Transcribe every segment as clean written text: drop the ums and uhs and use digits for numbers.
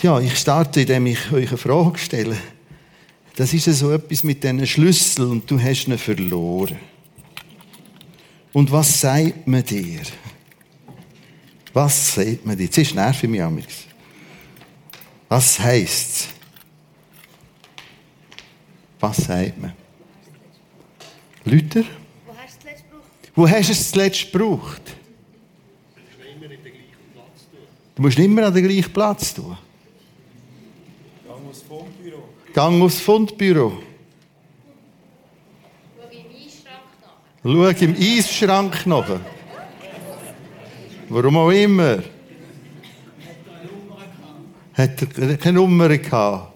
Ja, ich starte, indem ich euch eine Frage stelle. Das ist ja so etwas mit diesen Schlüsseln und du hast ihn verloren. Und was sagt man dir? Was sagt man dir? Jetzt nervt mich amigs. Was heisst's? Was sagt man? Luther? Wo hast du es zuletzt gebraucht? Du musst immer an den gleichen Platz tun. Gang aufs Fundbüro. Gang aufs Fundbüro. Schau im Eisschrank nach. Warum auch immer. Hat er keine Nummer gehabt.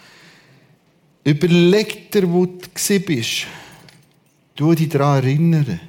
Überleg dir, wo du bist. Du dich daran erinnern.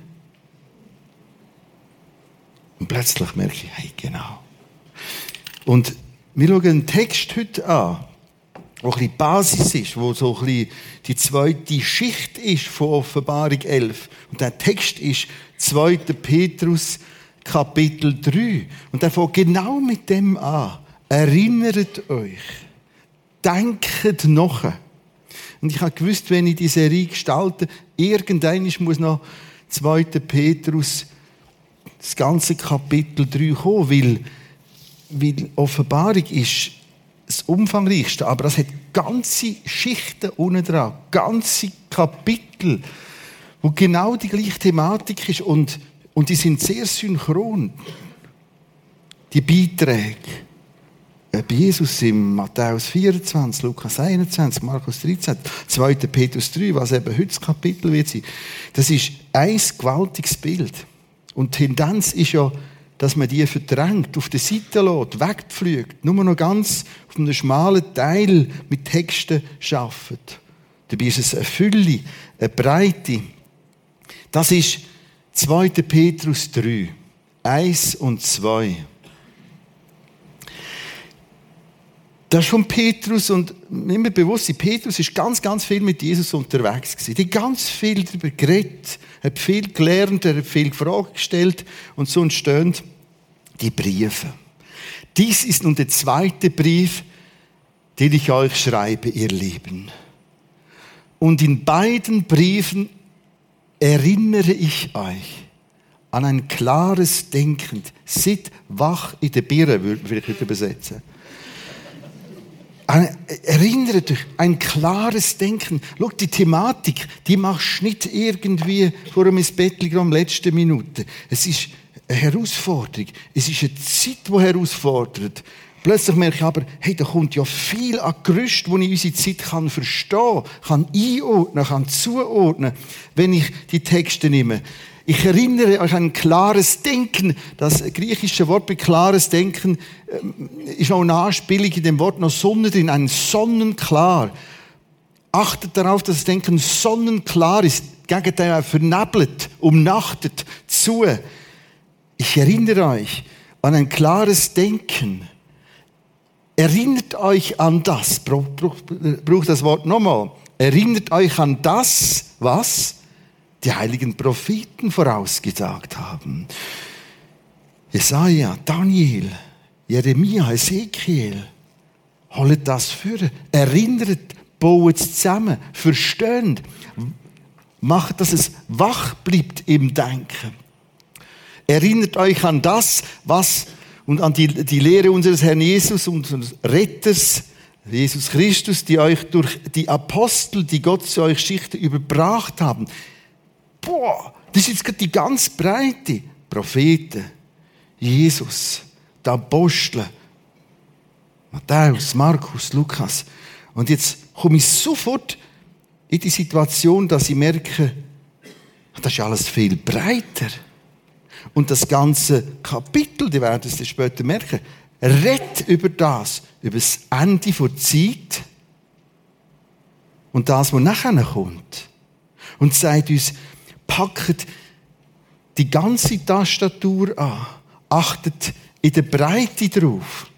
Und plötzlich merke ich, hey, genau. Und wir schauen einen Text heute an, der ein bisschen die Basis ist, wo so ein bisschen die zweite Schicht ist von Offenbarung 11. Und der Text ist 2. Petrus, Kapitel 3. Und der fängt genau mit dem an. Erinnert euch. Denkt nach. Und ich habe gewusst, wenn ich die Serie gestalte, irgendwann muss noch 2. Petrus das ganze Kapitel 3 kommen, weil Offenbarung ist das Umfangreichste, aber das hat ganze Schichten unten dran, ganze Kapitel, wo genau die gleiche Thematik ist und die sind sehr synchron. Die Beiträge. Bei Jesus in Matthäus 24, Lukas 21, Markus 13, 2. Petrus 3, was eben heute das Kapitel wird sein. Das ist ein gewaltiges Bild. Und die Tendenz ist ja, dass man die verdrängt, auf der Seite lässt, wegpflügt, nur noch ganz auf einem schmalen Teil mit Texten arbeitet. Dabei ist es eine Fülle, eine Breite. Das ist 2. Petrus 3, 1 und 2. Das ist von Petrus und immer bewusst, Petrus ist ganz, ganz viel mit Jesus unterwegs gewesen. Die ganz viel darüber geredet, hat viel gelernt, er hat viel Fragen gestellt und so entstehen die Briefe. Dies ist nun der zweite Brief, den ich euch schreibe, ihr Lieben. Und in beiden Briefen erinnere ich euch an ein klares Denken. Seid wach in der Birne, würde ich vielleicht übersetzen. Erinnert euch, ein klares Denken. Schau, die Thematik, die machst du nicht irgendwie vor einem Bettchen am letzten Minute. Es ist eine Herausforderung. Es ist eine Zeit, die herausfordert. Plötzlich merke ich aber, hey, da kommt ja viel an Gerüst, wo ich unsere Zeit verstehen kann, einordnen, kann zuordnen, wenn ich die Texte nehme. Ich erinnere euch an ein klares Denken. Das griechische Wort bei klares Denken ist noch eine Anspielung in dem Wort noch Sonne drin, ein sonnenklar. Achtet darauf, dass das Denken sonnenklar ist. Gegenteil vernebelt, umnachtet, zu. Ich erinnere euch an ein klares Denken. Erinnert euch an das. Braucht das Wort nochmal. Erinnert euch an das, was die heiligen Propheten vorausgesagt haben. Jesaja, Daniel, Jeremia, Ezekiel. Holt das für. Erinnert, baut es zusammen, versteht. Macht, dass es wach bleibt im Denken. Erinnert euch an das, was und an die Lehre unseres Herrn Jesus, unseres Retters, Jesus Christus, die euch durch die Apostel, die Gott zu euch schickte, überbracht haben. Boah, das ist jetzt gerade die ganz breite. Propheten, Jesus, die Apostel, Matthäus, Markus, Lukas. Und jetzt komme ich sofort in die Situation, dass ich merke, das ist alles viel breiter. Und das ganze Kapitel, die werden es später merken, redet über das Ende der Zeit und das, was nachher kommt. Und sagt uns, packt die ganze Tastatur an, achtet in der Breite drauf.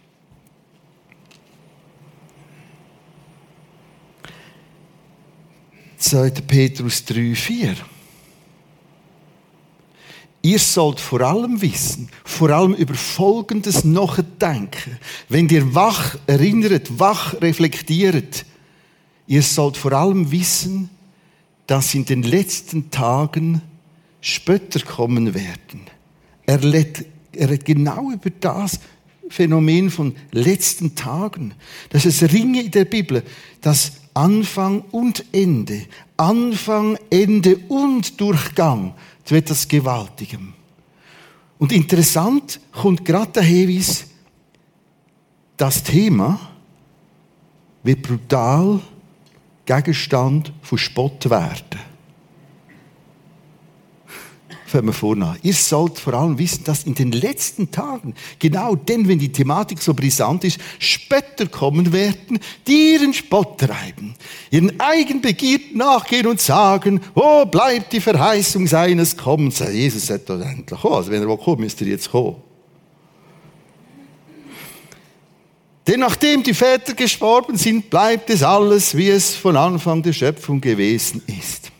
(2. Petrus 3,4) Ihr sollt vor allem wissen, vor allem über Folgendes nachdenken. Wenn ihr wach erinnert, wach reflektiert, ihr sollt vor allem wissen, dass in den letzten Tagen Spötter kommen werden. Er redet genau über das Phänomen von letzten Tagen. Das ist Ringe in der Bibel, das Anfang und Ende, Anfang, Ende und Durchgang zu etwas Gewaltigem. Und interessant kommt gerade der Hinweis, das Thema wird brutal Gegenstand von Spott werden. Fangen wir vorne an. Ihr sollt vor allem wissen, dass in den letzten Tagen, genau dann, wenn die Thematik so brisant ist, Spötter kommen werden, die ihren Spott treiben, ihren Eigenbegierden nachgehen und sagen, wo bleibt die Verheißung seines Kommens? Jesus sagt doch endlich kommen. Also wenn er kommt, müsst ihr jetzt kommen. Denn nachdem die Väter gestorben sind, bleibt es alles, wie es von Anfang der Schöpfung gewesen ist.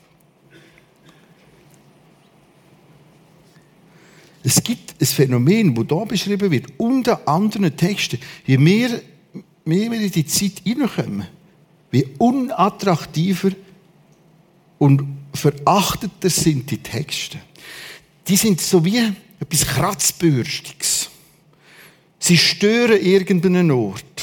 Es gibt ein Phänomen, das hier beschrieben wird, unter anderen Texten. Je mehr wir in die Zeit hineinkommen, wie unattraktiver und verachteter sind die Texte. Die sind so wie etwas Kratzbürstiges. Sie stören irgendeinen Ort.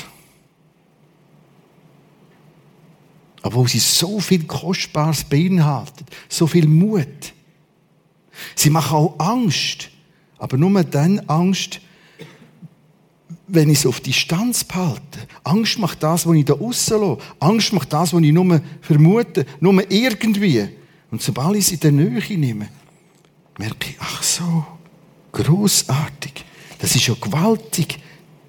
Obwohl sie so viel Kostbares beinhalten, so viel Mut. Sie machen auch Angst. Aber nur dann Angst, wenn ich es auf Distanz behalte. Angst macht das, was ich da rauslasse. Angst macht das, was ich nur vermute, nur irgendwie. Und sobald ich es in der Nähe nehme, merke ich, ach so, grossartig. Das ist ja gewaltig.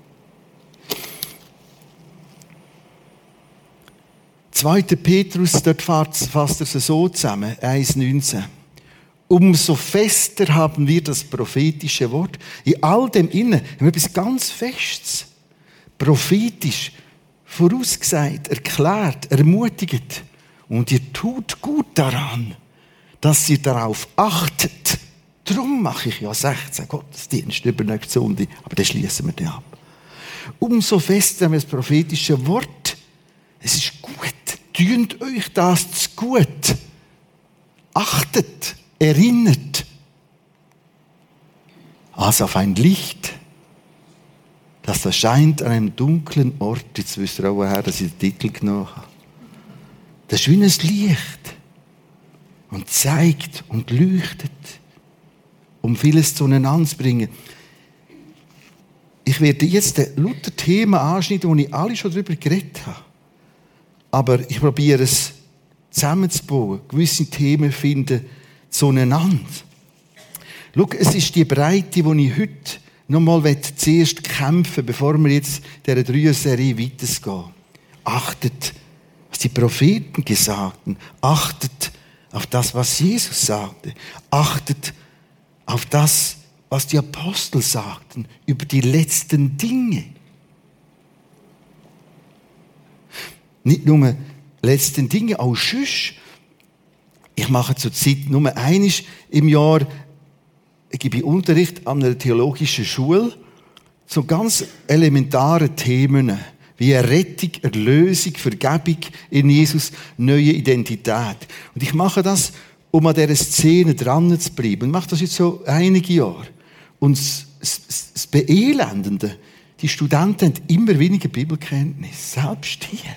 2. Petrus, dort fasst er es so zusammen, 1,19. Umso fester haben wir das prophetische Wort. In all dem Innen haben wir etwas ganz Festes. Prophetisch, vorausgesagt, erklärt, ermutigt. Und ihr tut gut daran, dass ihr darauf achtet. Darum mache ich ja 16 Gottesdienst über nächste Sonntag. Aber das schließen wir dann ab. Umso fester haben wir das prophetische Wort. Es ist gut. Tünt euch das zu gut. Achtet. Erinnert als auf ein Licht, das erscheint an einem dunklen Ort. Jetzt wisst ihr auch, woher dass ich den Titel genommen habe. Das ist wie ein Licht und zeigt und leuchtet, um vieles zueinander zu bringen. Ich werde jetzt lauter Themen anschneiden, wo ich alle schon darüber geredet habe. Aber ich probiere es zusammenzubauen, gewisse Themen finden, zueinander. Schau, es ist die Breite, die ich heute nochmal zuerst kämpfen will, bevor wir jetzt dieser 3er-Serie weitergehen. Achtet, was die Propheten gesagt haben. Achtet auf das, was Jesus sagte. Achtet auf das, was die Apostel sagten über die letzten Dinge. Nicht nur letzten Dinge, auch sonst. Ich mache zurzeit nur einmal im Jahr, gebe ich Unterricht an einer theologischen Schule zu ganz elementaren Themen, wie Rettung, Erlösung, Vergebung in Jesus, neue Identität. Und ich mache das, um an dieser Szene dran zu bleiben. Und mache das jetzt so einige Jahre. Und das Beelendende, die Studenten haben immer weniger Bibelkenntnis, selbst hier.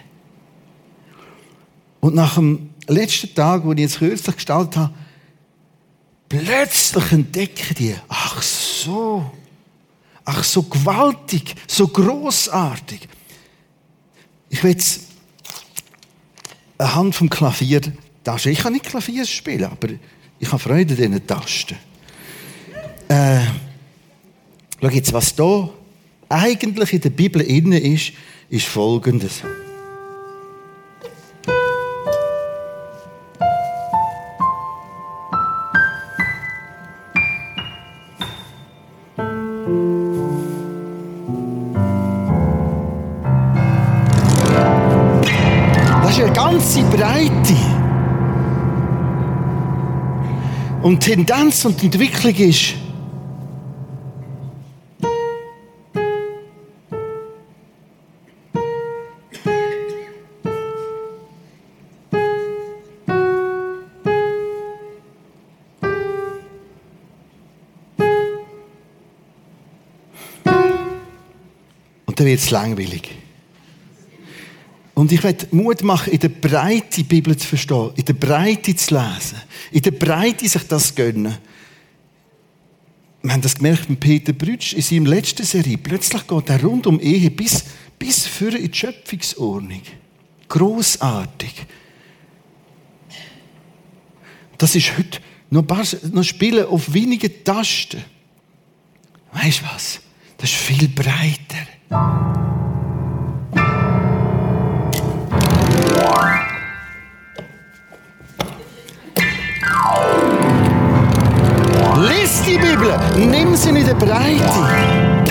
Und nach dem letzten Tag, den ich jetzt kürzlich gestaltet habe, plötzlich entdecken die, ach so gewaltig, so grossartig. Ich will jetzt anhand vom Klavier Tasten. Ich kann nicht Klavier spielen, aber ich habe Freude an diesen Tasten. Schau jetzt, was da eigentlich in der Bibel inne ist Folgendes. Das ist eine ganze Breite. Und die Tendenz und die Entwicklung ist, und dann wird es langweilig. Und ich möchte Mut machen, in der Breite die Bibel zu verstehen, in der Breite zu lesen, in der Breite sich das zu gönnen. Wir haben das gemerkt mit Peter Brütsch in seiner letzten Serie. Plötzlich geht er rund um Ehe bis für in die Schöpfungsordnung. Grossartig. Das ist heute noch Spielen auf wenigen Tasten. Weißt du was? Das ist viel breiter. Lies die Bibel, nimm sie in der Breite.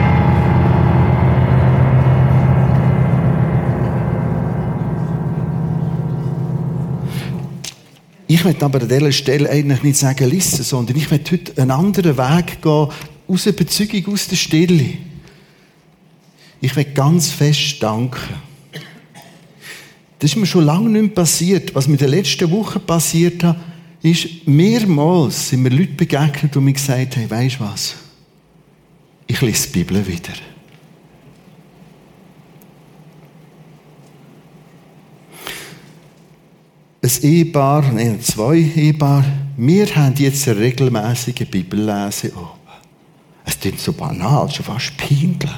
Ich möchte aber an dieser Stelle eigentlich nicht sagen, lesen, sondern ich möchte heute einen anderen Weg gehen, aus der Überzeugung, aus der Stille. Ich möchte ganz fest danken. Das ist mir schon lange nicht mehr passiert. Was mir in den letzten Wochen passiert ist, ist, mehrmals sind mir Leute begegnet, die mir gesagt haben, weisst du was? Ich lese die Bibel wieder. Ein Ehepaar, nein, 2 Ehepaare, wir haben jetzt eine regelmäßige Bibellese oben. Es klingt so banal, schon fast peinlich.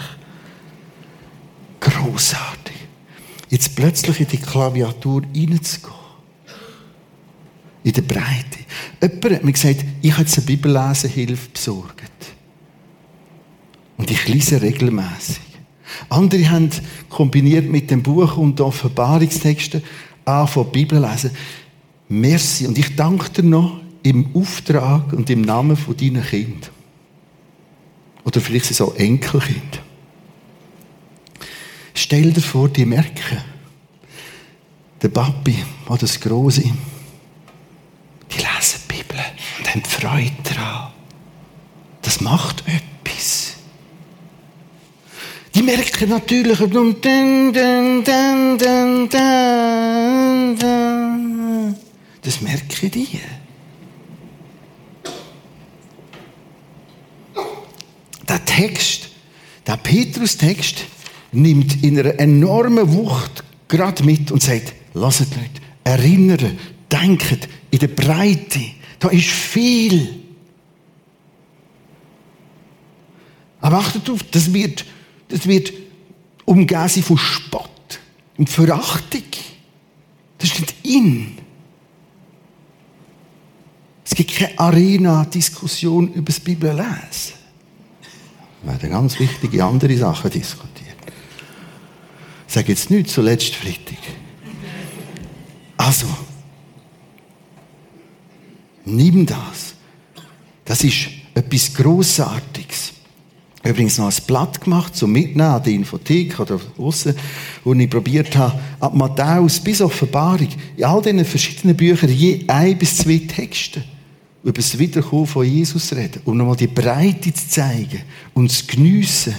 Grossartig. Jetzt plötzlich in die Klaviatur reinzugehen. In der Breite. Jemand hat mir gesagt, ich habe jetzt eine Bibellesehilfe besorgt. Und ich lese regelmäßig. Andere haben kombiniert mit dem Buch und Offenbarungstexten angefangen Bibel lesen. Merci. Und ich danke dir noch im Auftrag und im Namen von deinen Kindern. Oder vielleicht sind es auch Enkelkinder. Stell dir vor, die merken, der Papi oder das Grosse, die lesen die Bibel und haben Freude daran. Das macht etwas. Die merken natürlich, das merken die. Der Text, der Petrus-Text, nimmt in einer enormen Wucht gerade mit und sagt, lasst Leute, erinnern, denkt in der Breite, da ist viel. Aber achtet auf, das wird umgeben von Spott und Verachtung. Das ist nicht in. Es gibt keine Arena-Diskussion über das Bibellesen. Wir werden ganz wichtige andere Sachen diskutieren. Ich sage jetzt nichts zu letzten Freitag. Also, nimm das. Das ist etwas Grossartiges. Übrigens noch ein Blatt gemacht, zum Mitnehmen an die Infothek oder draussen, wo ich probiert habe, ab Matthäus bis Offenbarung, in all diesen verschiedenen Büchern je 1 bis 2 Texte über das Wiederkommen von Jesus reden, um nochmal die Breite zu zeigen und zu geniessen.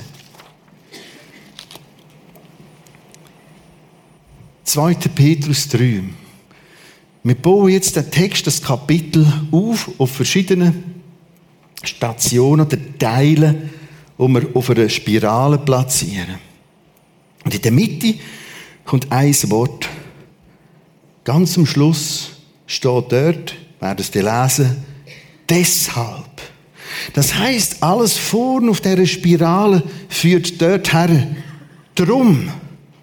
2. Petrus 3. Wir bauen jetzt den Text, das Kapitel auf verschiedenen Stationen oder Teilen, die wir auf einer Spirale platzieren. Und in der Mitte kommt ein Wort. Ganz am Schluss steht dort, werden es lesen, deshalb. Das heisst, alles vorne auf dieser Spirale führt dort her. Drum.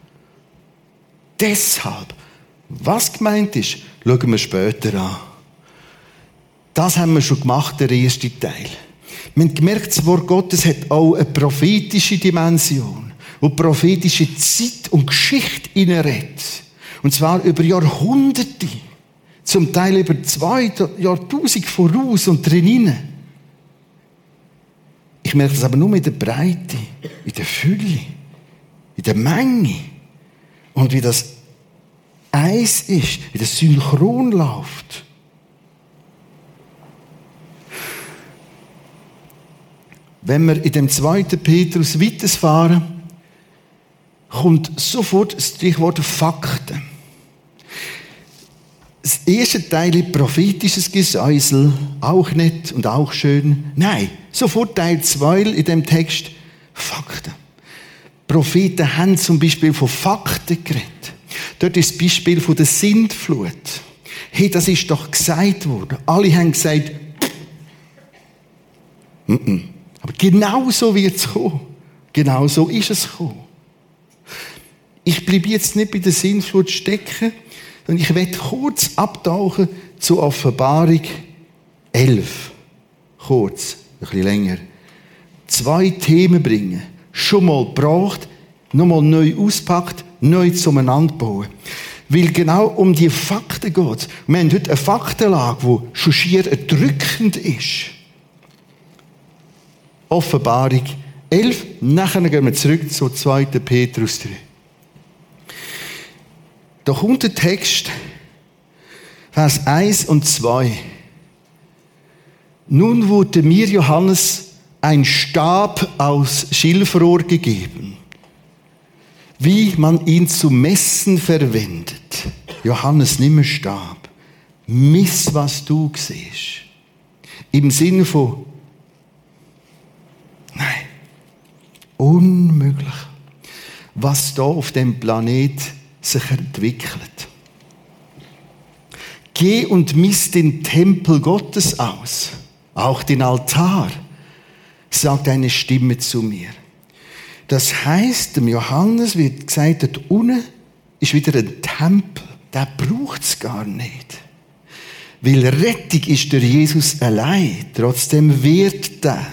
Deshalb. Was gemeint ist, schauen wir später an. Das haben wir schon gemacht, der erste Teil. Wir haben gemerkt, das Wort Gottes hat auch eine prophetische Dimension, wo prophetische Zeit und Geschichte hineinredet. Und zwar über Jahrhunderte. Zum Teil über 2 Jahrtausende voraus und drinnen. Ich merke das aber nur in der Breite, in der Fülle, in der Menge. Und wie das eins ist, wie das synchron läuft. wenn wir in dem 2. Petrus weiterfahren, kommt sofort das Stichwort Fakten. Das erste Teil prophetisches Gesäusel, auch nett und auch schön. Nein, sofort Teil 2 in dem Text Fakten. Propheten haben zum Beispiel von Fakten geredet. Dort ist das Beispiel von der Sintflut. Hey, das ist doch gesagt worden. Alle haben gesagt, aber genau so wird es kommen. Genau so ist es gekommen. Ich bleibe jetzt nicht bei der Sintflut stecken, sondern ich werde kurz abtauchen zur Offenbarung 11. Kurz, ein bisschen länger. 2 Themen bringen. Schon mal gebraucht, nochmal neu auspackt, neu zueinander bauen. Weil genau um die Fakten geht es. Wir haben heute eine Faktenlage, die schon schier erdrückend ist. Offenbarung 11. Nachher gehen wir zurück zu 2. Petrus 3. Da kommt der Text, Vers 1 und 2. Nun wurde mir, Johannes, ein Stab aus Schilfrohr gegeben, wie man ihn zu messen verwendet. Johannes, nimm einen Stab. Miss, was du siehst. Im Sinne von, nein, unmöglich, was da auf dem Planet sich entwickelt. Geh und miss den Tempel Gottes aus, auch den Altar, sagt eine Stimme zu mir. Das heisst, dem Johannes wird gesagt, dort unten ist wieder ein Tempel. Der braucht es gar nicht. Weil Rettung ist durch Jesus allein. Trotzdem wird der.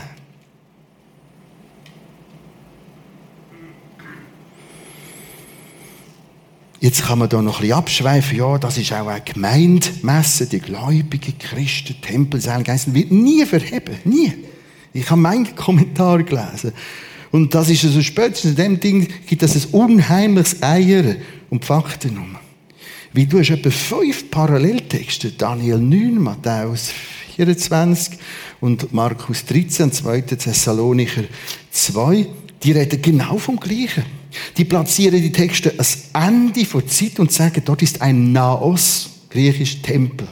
Jetzt kann man da noch ein bisschen abschweifen. Ja, das ist auch eine Gemeindemesse, die gläubigen Christen, Tempelsäle, wird nie verheben. Nie. Ich habe meinen Kommentar gelesen. Und das ist also spätestens in dem Ding, gibt es ein unheimliches Eiern und Fakten um. Weil du hast etwa 5 Paralleltexte. Daniel 9, Matthäus 24 und Markus 13, 2. Thessalonicher 2. Die reden genau vom Gleichen. Die platzieren die Texte ans Ende der Zeit und sagen, dort ist ein Naos, griechisch Tempel.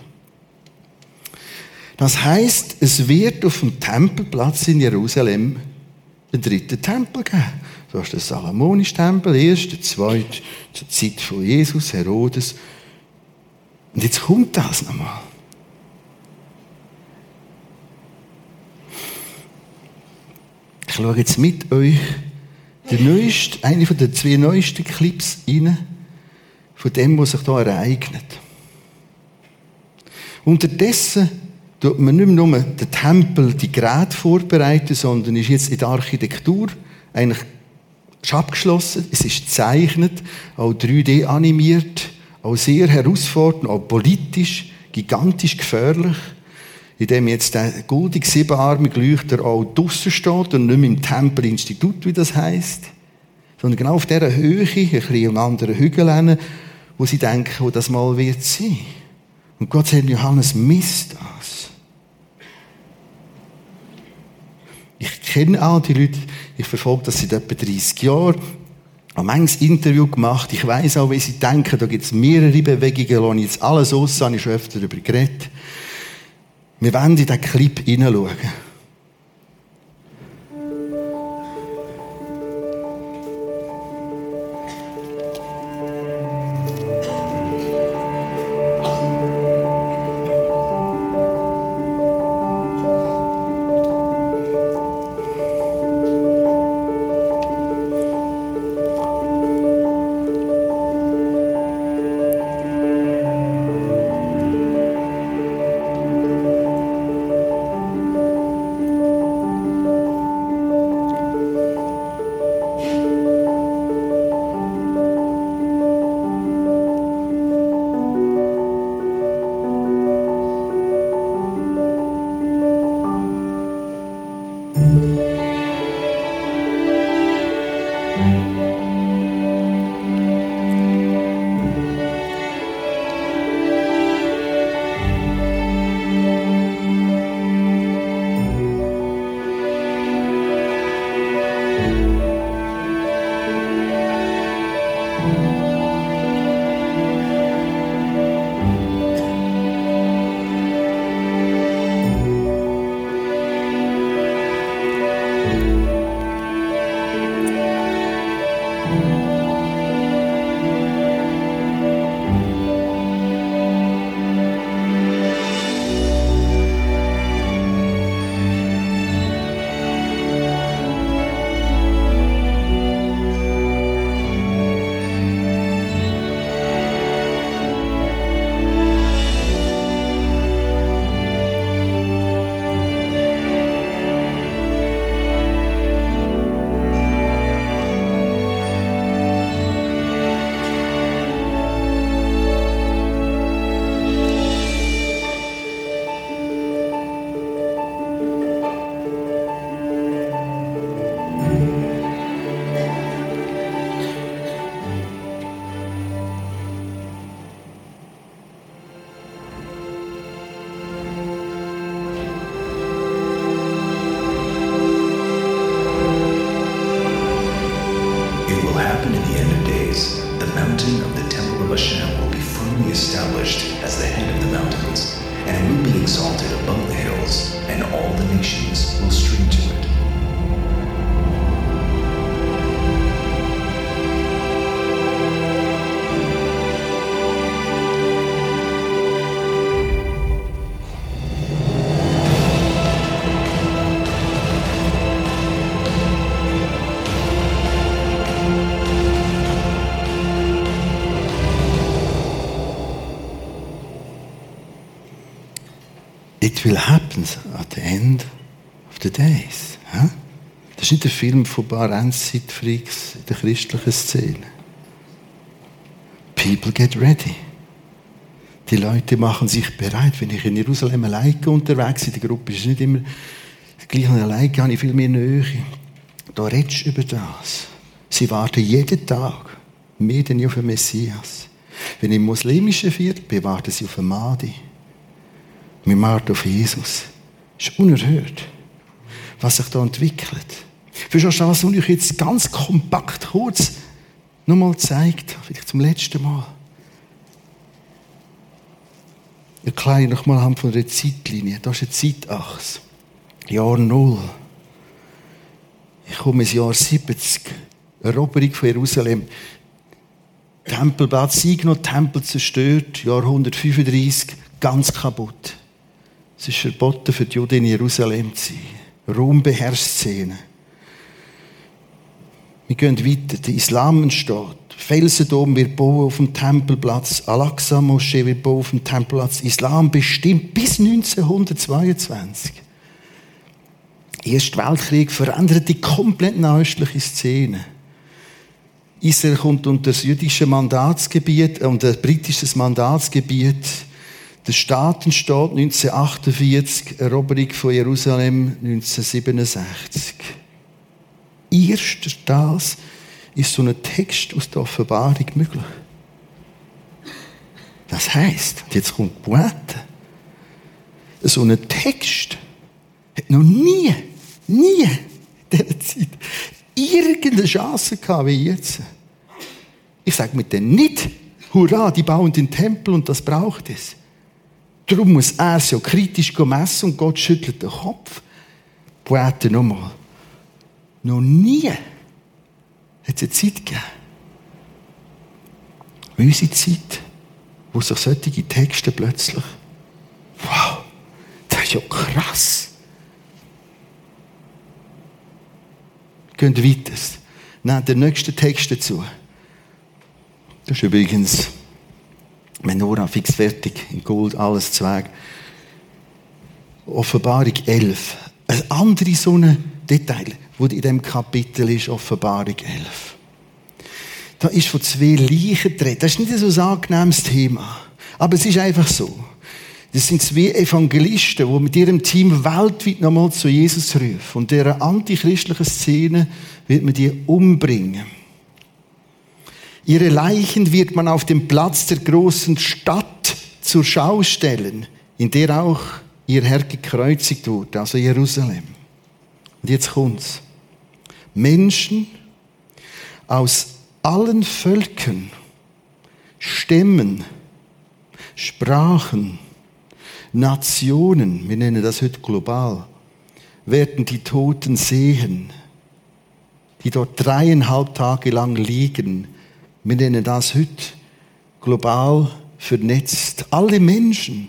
Das heisst, es wird auf dem Tempelplatz in Jerusalem einen 3. Tempel geben. Du hast den Salomonischen Tempel, der 1., der 2. zur Zeit von Jesus, Herodes. Und jetzt kommt das nochmal. Ich schaue jetzt mit euch eine von den 2 neuesten Clips rein, von dem, was sich hier ereignet. Unterdessen tut man nicht mehr nur den Tempel, die Geräte vorbereiten, sondern ist jetzt in der Architektur eigentlich ist abgeschlossen, es ist gezeichnet, auch 3D animiert, auch sehr herausfordernd, auch politisch, gigantisch gefährlich, indem jetzt der goldige 7-armige Leuchter auch draussen steht und nicht mehr im Tempelinstitut, wie das heisst, sondern genau auf dieser Höhe, ein bisschen am anderen Hügel, wo sie denken, wo das mal wird sein. Und Gott sagt, Johannes, misst das. Ich kenne all die Leute, ich verfolge das seit etwa 30 Jahren, habe manches Interview gemacht, ich weiss auch, wie sie denken, da gibt es mehrere Bewegungen, lasse ich jetzt alles aus, habe ich schon öfter darüber geredet. Wir wollen in diesen Clip hineinschauen. It will happen at the end of the days. Das ist nicht ein Film von ein paar Endzeitfreaks in der christlichen Szene. People get ready. Die Leute machen sich bereit. Wenn ich in Jerusalem alleine unterwegs bin, die Gruppe ist nicht immer gleich alleine, habe ich viel mehr Nähe. Da redest du über das. Sie warten jeden Tag mehr denn auf den Messias. Wenn ich im muslimischen Viertel bin, warten sie auf den Mahdi. Wir warten auf Jesus. Das ist unerhört, was sich da entwickelt. Verstehst du, was ich jetzt ganz kompakt kurz nochmal gezeigt habe, vielleicht zum letzten Mal. Erkläre ich noch mal anhand von einer Zeitlinie. Das ist eine Zeitachse. Jahr 0. Ich komme ins Jahr 70. Eroberung von Jerusalem. Tempelplatz eingenommen, Tempel zerstört. Jahr 135. Ganz kaputt. Es ist verboten für die Juden in Jerusalem zu sein. Raumbeherrschszene. Wir gehen weiter. Der Islam entsteht. Felsendom wird bauen auf dem Tempelplatz. Al-Aqsa-Moschee wird bauen auf dem Tempelplatz. Islam bestimmt bis 1922. Der Erste Weltkrieg verändert die komplett nahöstliche Szene. Israel kommt unter das jüdische Mandatsgebiet, unter das britische Mandatsgebiet. Der Staat entsteht 1948, Eroberung von Jerusalem 1967. Erst das ist so ein Text aus der Offenbarung möglich. Das heisst, jetzt kommt die Pointe, so ein Text hat noch nie in dieser Zeit irgendeine Chance gehabt wie jetzt. Ich sage mit denen nicht, hurra, die bauen den Tempel und das braucht es. Darum muss er so kritisch messen und Gott schüttelt den Kopf. Poete nochmal. Noch nie hat es eine Zeit gegeben. Unsere Zeit, wo sich solche Texte plötzlich, wow, das ist ja krass. Geht weiter. Nehmt den nächsten Text dazu. Das ist übrigens Menora fix fertig, in Gold, alles Zweig. Offenbarung 11. Ein anderes so ein Detail, das in diesem Kapitel ist, Offenbarung 11. Da ist von 2 Leichen die Rede. Das ist nicht so ein angenehmes Thema. Aber es ist einfach so. Das sind 2 Evangelisten, die mit ihrem Team weltweit nochmal zu Jesus rufen. Und in dieser antichristlichen Szene wird man die umbringen. Ihre Leichen wird man auf dem Platz der großen Stadt zur Schau stellen, in der auch ihr Herr gekreuzigt wurde, also Jerusalem. Und jetzt kommt's. Menschen aus allen Völkern, Stämmen, Sprachen, Nationen, wir nennen das heute global, werden die Toten sehen, die dort 3,5 Tage lang liegen. Wir nennen das heute global vernetzt. Alle Menschen.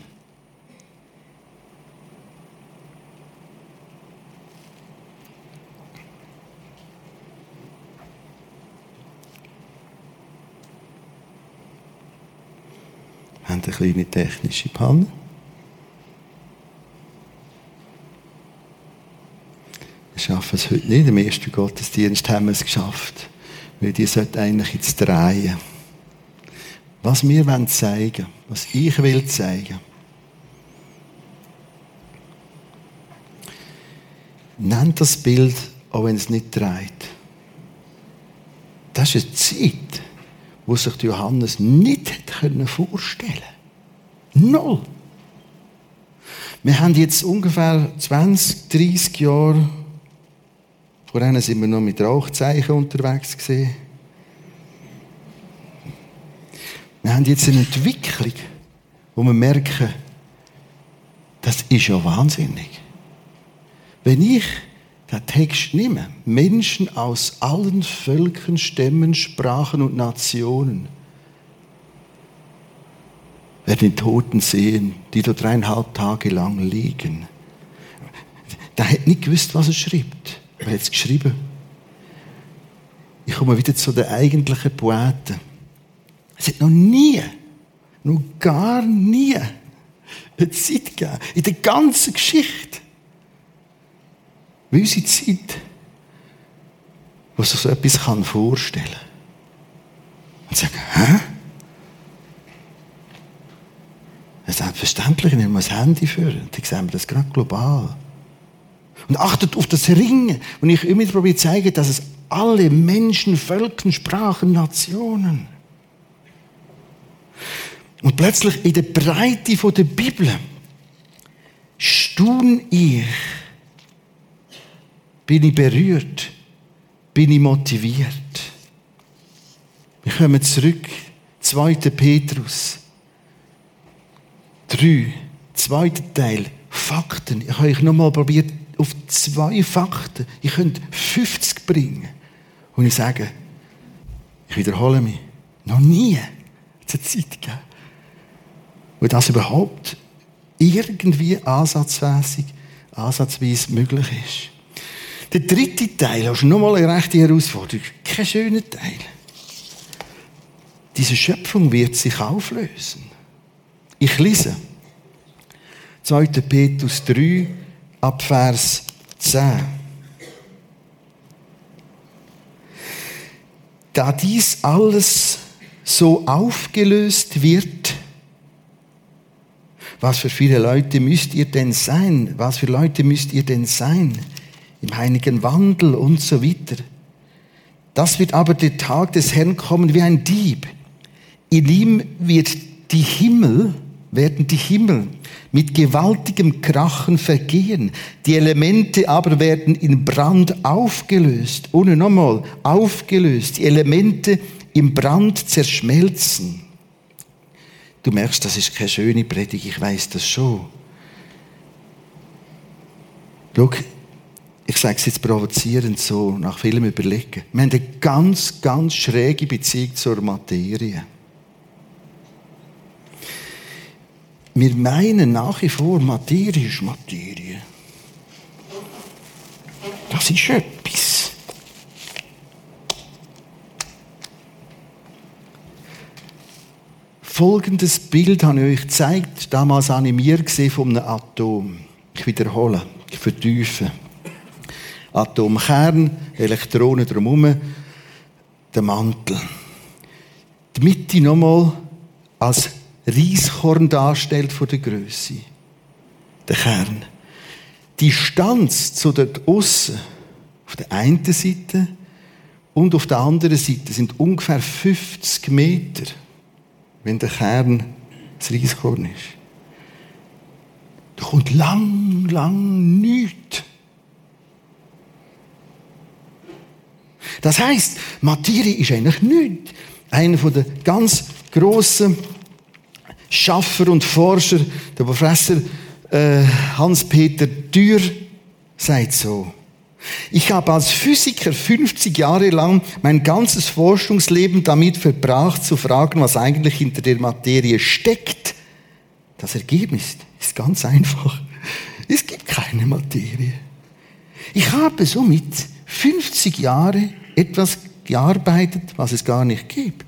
Wir haben eine kleine technische Panne. Wir schaffen es heute nicht. Im ersten Gottesdienst haben wir es geschafft. Weil die sollte eigentlich jetzt drehen. Was wir zeigen wollen, was ich will zeigen. Nennt das Bild, auch wenn es nicht dreht. Das ist eine Zeit, die sich Johannes nicht vorstellen konnte. 0. Wir haben jetzt ungefähr 20, 30 Jahre. Vorhin sind wir noch mit Rauchzeichen unterwegs gewesen. Wir haben jetzt eine Entwicklung, wo wir merken, das ist ja wahnsinnig. Wenn ich den Text nehme, Menschen aus allen Völkern, Stämmen, Sprachen und Nationen werden die Toten sehen, die dort 3,5 Tage lang liegen. Der hat nicht gewusst, was er schreibt. Wer hat es geschrieben? Ich komme wieder zu der eigentlichen Poete. Es hat noch gar nie eine Zeit gegeben, in der ganzen Geschichte. Wie unsere Zeit, wo sich so etwas vorstellen kann. Und sagen, hä? Selbstverständlich nehmen wir das Handy führen. Dann sehen wir das gerade global. Und achtet auf das Ringen. Und ich immer probiere zu zeigen, dass es alle Menschen, Völker, Sprachen, Nationen. Und plötzlich in der Breite der Bibel staune ich, bin ich berührt, bin ich motiviert. Wir kommen zurück, 2. Petrus 3, 2. Teil, Fakten. Ich habe euch nochmal probiert, auf 2 Fakten. Ich könnte 50 bringen. Und ich sage, ich wiederhole mich, noch nie hat es eine Zeit gegeben, wo das überhaupt irgendwie ansatzweise möglich ist. Der 3. Teil ist nochmal eine rechte Herausforderung. Kein schöner Teil. Diese Schöpfung wird sich auflösen. Ich lese 2. Petrus 3, ab Vers 10. Da dies alles so aufgelöst wird, was für viele Leute müsst ihr denn sein? Was für Leute müsst ihr denn sein? Im heiligen Wandel und so weiter. Das wird aber der Tag des Herrn kommen wie ein Dieb. In ihm werden die Himmel mit gewaltigem Krachen vergehen. Die Elemente aber werden in Brand aufgelöst. Ohne nochmal, aufgelöst. Die Elemente im Brand zerschmelzen. Du merkst, das ist keine schöne Predigt, ich weiss das schon. Schau, ich sage es jetzt provozierend so, nach vielem Überlegen. Wir haben eine ganz, ganz schräge Beziehung zur Materie. Wir meinen nach wie vor, Materie ist Materie. Das ist etwas. Folgendes Bild habe ich euch gezeigt, damals animiert gesehen von einem Atom. Ich wiederhole, ich vertiefe. Atomkern, Elektronen drumherum, der Mantel. Die Mitte nochmal als Reiskorn darstellt von der Größe. Der Kern. Die Distanz zu dort aussen, auf der einen Seite und auf der anderen Seite, sind ungefähr 50 Meter, wenn der Kern das Reiskorn ist. Da kommt lang nichts. Das heisst, Materie ist eigentlich nichts. Einer der ganz grossen Schaffer und Forscher, der Professor Hans-Peter Dürr, sagt so: Ich habe als Physiker 50 Jahre lang mein ganzes Forschungsleben damit verbracht, zu fragen, was eigentlich hinter der Materie steckt. Das Ergebnis ist ganz einfach. Es gibt keine Materie. Ich habe somit 50 Jahre etwas gearbeitet, was es gar nicht gibt.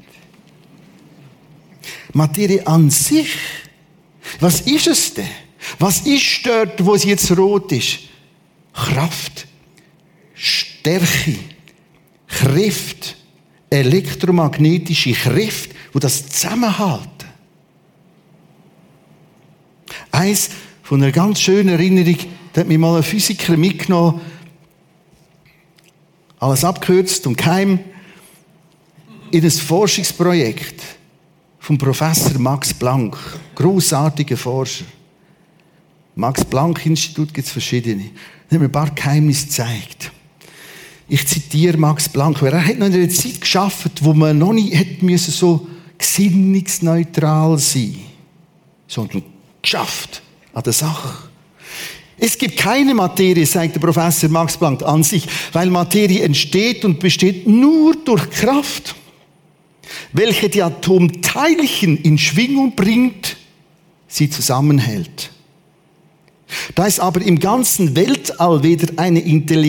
Materie an sich, was ist es denn? Was ist dort, wo es jetzt rot ist? Kraft, Stärke, Kraft, elektromagnetische Kraft, die das zusammenhalten. Eins von einer ganz schönen Erinnerung, da hat mich mal ein Physiker mitgenommen, alles abgekürzt und geheim, in ein Forschungsprojekt vom Professor Max Planck, grossartiger Forscher. Max-Planck-Institut gibt es verschiedene. Da haben wir ein paar Geheimnisse gezeigt. Ich zitiere Max Planck, weil er hat noch in einer Zeit gearbeitet, wo man noch nicht hätte so gesinnungsneutral sein, sondern geschafft an der Sache. Es gibt keine Materie, sagt der Professor Max Planck, an sich, weil Materie entsteht und besteht nur durch Kraft, welche die Atomteilchen in Schwingung bringt, sie zusammenhält. Da es aber im ganzen Weltall weder eine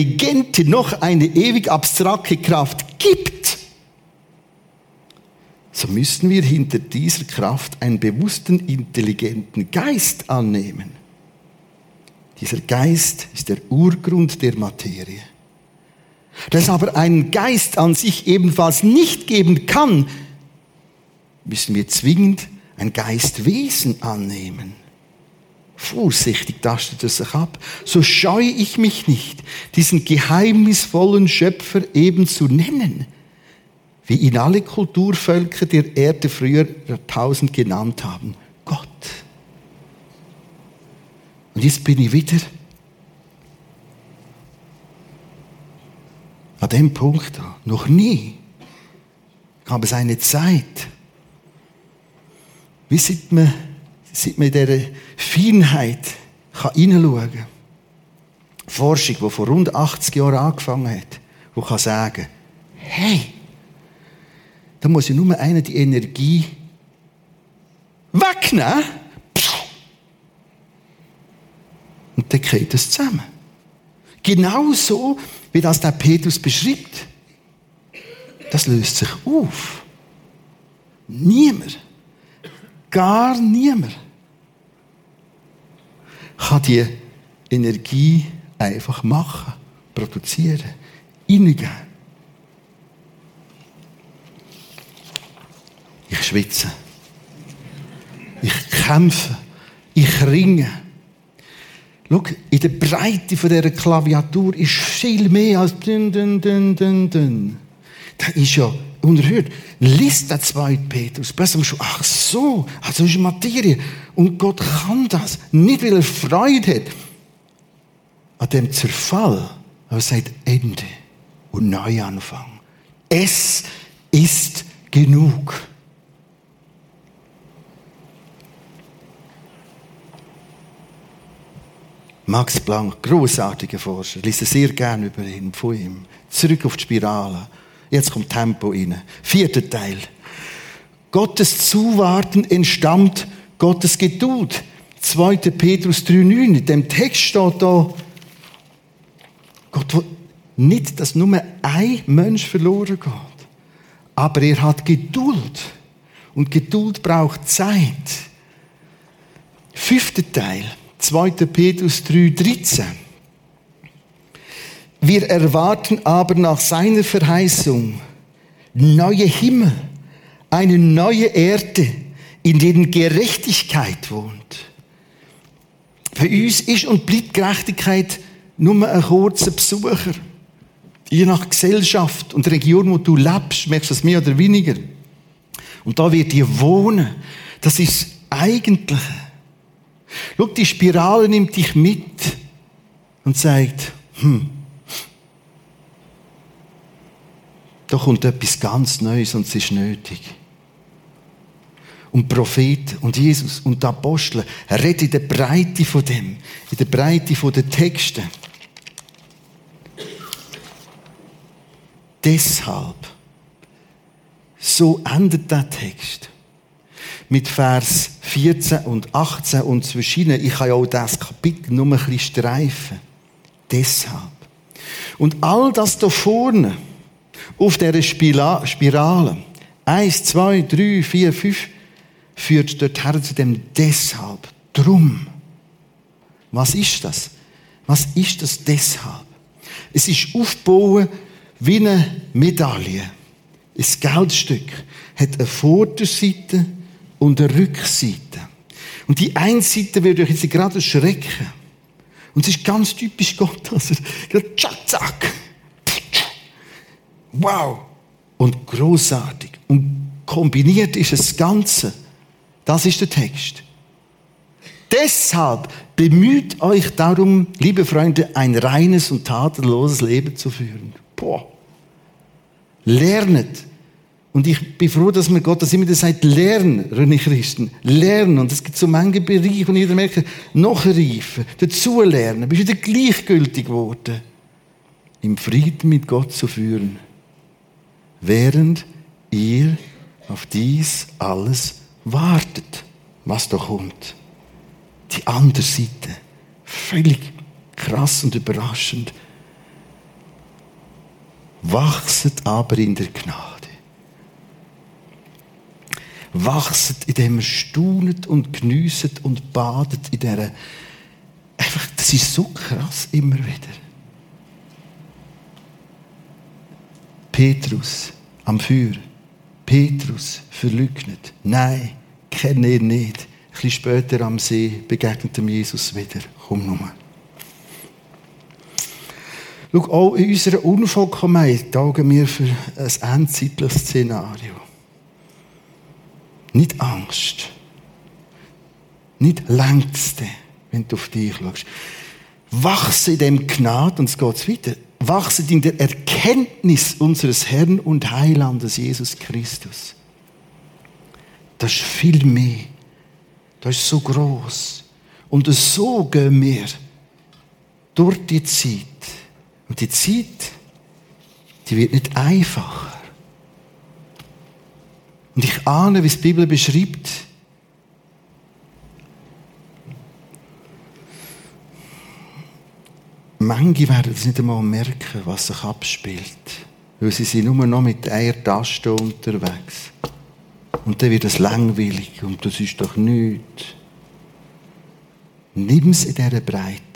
intelligente noch eine ewig abstrakte Kraft gibt, so müssen wir hinter dieser Kraft einen bewussten, intelligenten Geist annehmen. Dieser Geist ist der Urgrund der Materie. Da es aber einen Geist an sich ebenfalls nicht geben kann, müssen wir zwingend ein Geistwesen annehmen. Vorsichtig tastet er sich ab. So scheue ich mich nicht, diesen geheimnisvollen Schöpfer eben zu nennen, wie ihn alle Kulturvölker der Erde früher Jahrtausend genannt haben. Gott. Und jetzt bin ich wieder an dem Punkt da. Noch nie gab es eine Zeit, wie seit man in dieser Feinheit hineinschauen kann. Forschung, die vor rund 80 Jahren angefangen hat, die kann sagen, hey, da muss ja nur einer die Energie wegnehmen. Und dann geht es zusammen. Genauso, wie das der Petrus beschreibt. Das löst sich auf. Niemand, gar niemand kann die Energie einfach machen, produzieren, reingeben. Ich schwitze. Ich kämpfe. Ich ringe. Schau, in der Breite von dieser Klaviatur ist viel mehr als dünn, dünn, dünn, dünn, dünn. Das ist ja unerhört. Lies den 2. Petrus. Ach so, also ist Materie. Und Gott kann das. Nicht, weil er Freude hat an dem Zerfall, aber er sagt Ende und Neuanfang. Es ist genug. Max Planck, grossartiger Forscher, liest sehr gerne über ihn, von ihm. Zurück auf die Spirale. Jetzt kommt Tempo rein. 4. Teil. Gottes Zuwarten entstammt Gottes Geduld. 2. Petrus 3,9. In dem Text steht da, Gott will nicht, dass nur ein Mensch verloren geht. Aber er hat Geduld. Und Geduld braucht Zeit. 5. Teil. 2. Petrus 3,13. Wir erwarten aber nach seiner Verheißung neue Himmel, eine neue Erde, in denen Gerechtigkeit wohnt. Für uns ist und bleibt Gerechtigkeit nur ein kurzer Besucher. Je nach Gesellschaft und Region, wo du lebst, merkst du das mehr oder weniger. Und da wird die wohnen. Das ist das Eigentliche. Schau, die Spirale nimmt dich mit und sagt, da kommt etwas ganz Neues und es ist nötig. Und die Propheten und Jesus und die Apostel reden in der Breite von dem, in der Breite von den Texten. Deshalb, so endet der Text. Mit Vers 14 und 18 und zwischen. Ich kann ja auch das Kapitel nur ein bisschen streifen. Deshalb. Und all das da vorne, auf dieser Spirale, 1, 2, 3, 4, 5, führt dorthin zu dem Deshalb. Drum. Was ist das? Was ist das deshalb? Es ist aufgebaut wie eine Medaille. Ein Geldstück hat eine Vorderseite und eine Rückseite. Und die eine Seite wird euch jetzt gerade erschrecken. Und es ist ganz typisch Gott, dass er zack, wow, und großartig. Und kombiniert ist das Ganze. Das ist der Text. Deshalb bemüht euch darum, liebe Freunde, ein reines und tadelloses Leben zu führen. Lernet. Und ich bin froh, dass mir Gott das immer wieder sagt, lernen, René Christen, lernen. Und es gibt so manche Bereiche, wo jeder merkt, noch reifen, dazu lernen, bist wieder gleichgültig geworden. Im Frieden mit Gott zu führen. Während ihr auf dies alles wartet, was da kommt. Die andere Seite. Völlig krass und überraschend. Wachset aber in der Gnade. Wachset, indem ihr staunet und geniesset und badet in dieser... Einfach, das ist so krass, immer wieder. Petrus am Feuer. Petrus verleugnet. Nein, kenne ihn nicht. Ein bisschen später am See begegnet ihm Jesus wieder. Komm nur. Schau, auch in unserer Unvollkommenheit taugen wir für ein endzeitliches Szenario. Nicht Angst. Nicht Längste, wenn du auf dich schaust. Wachse in dem Gnade, und es geht weiter, wachse in der Erkenntnis unseres Herrn und Heilandes Jesus Christus. Das ist viel mehr. Das ist so gross. Und so gehen wir durch die Zeit. Und die Zeit, die wird nicht einfacher. Und ich ahne, wie es die Bibel beschreibt, manche werden es nicht einmal merken, was sich abspielt. Weil sie sind nur noch mit einer Taste unterwegs. Und dann wird es langweilig und das ist doch nichts. Nimm es in dieser Breite.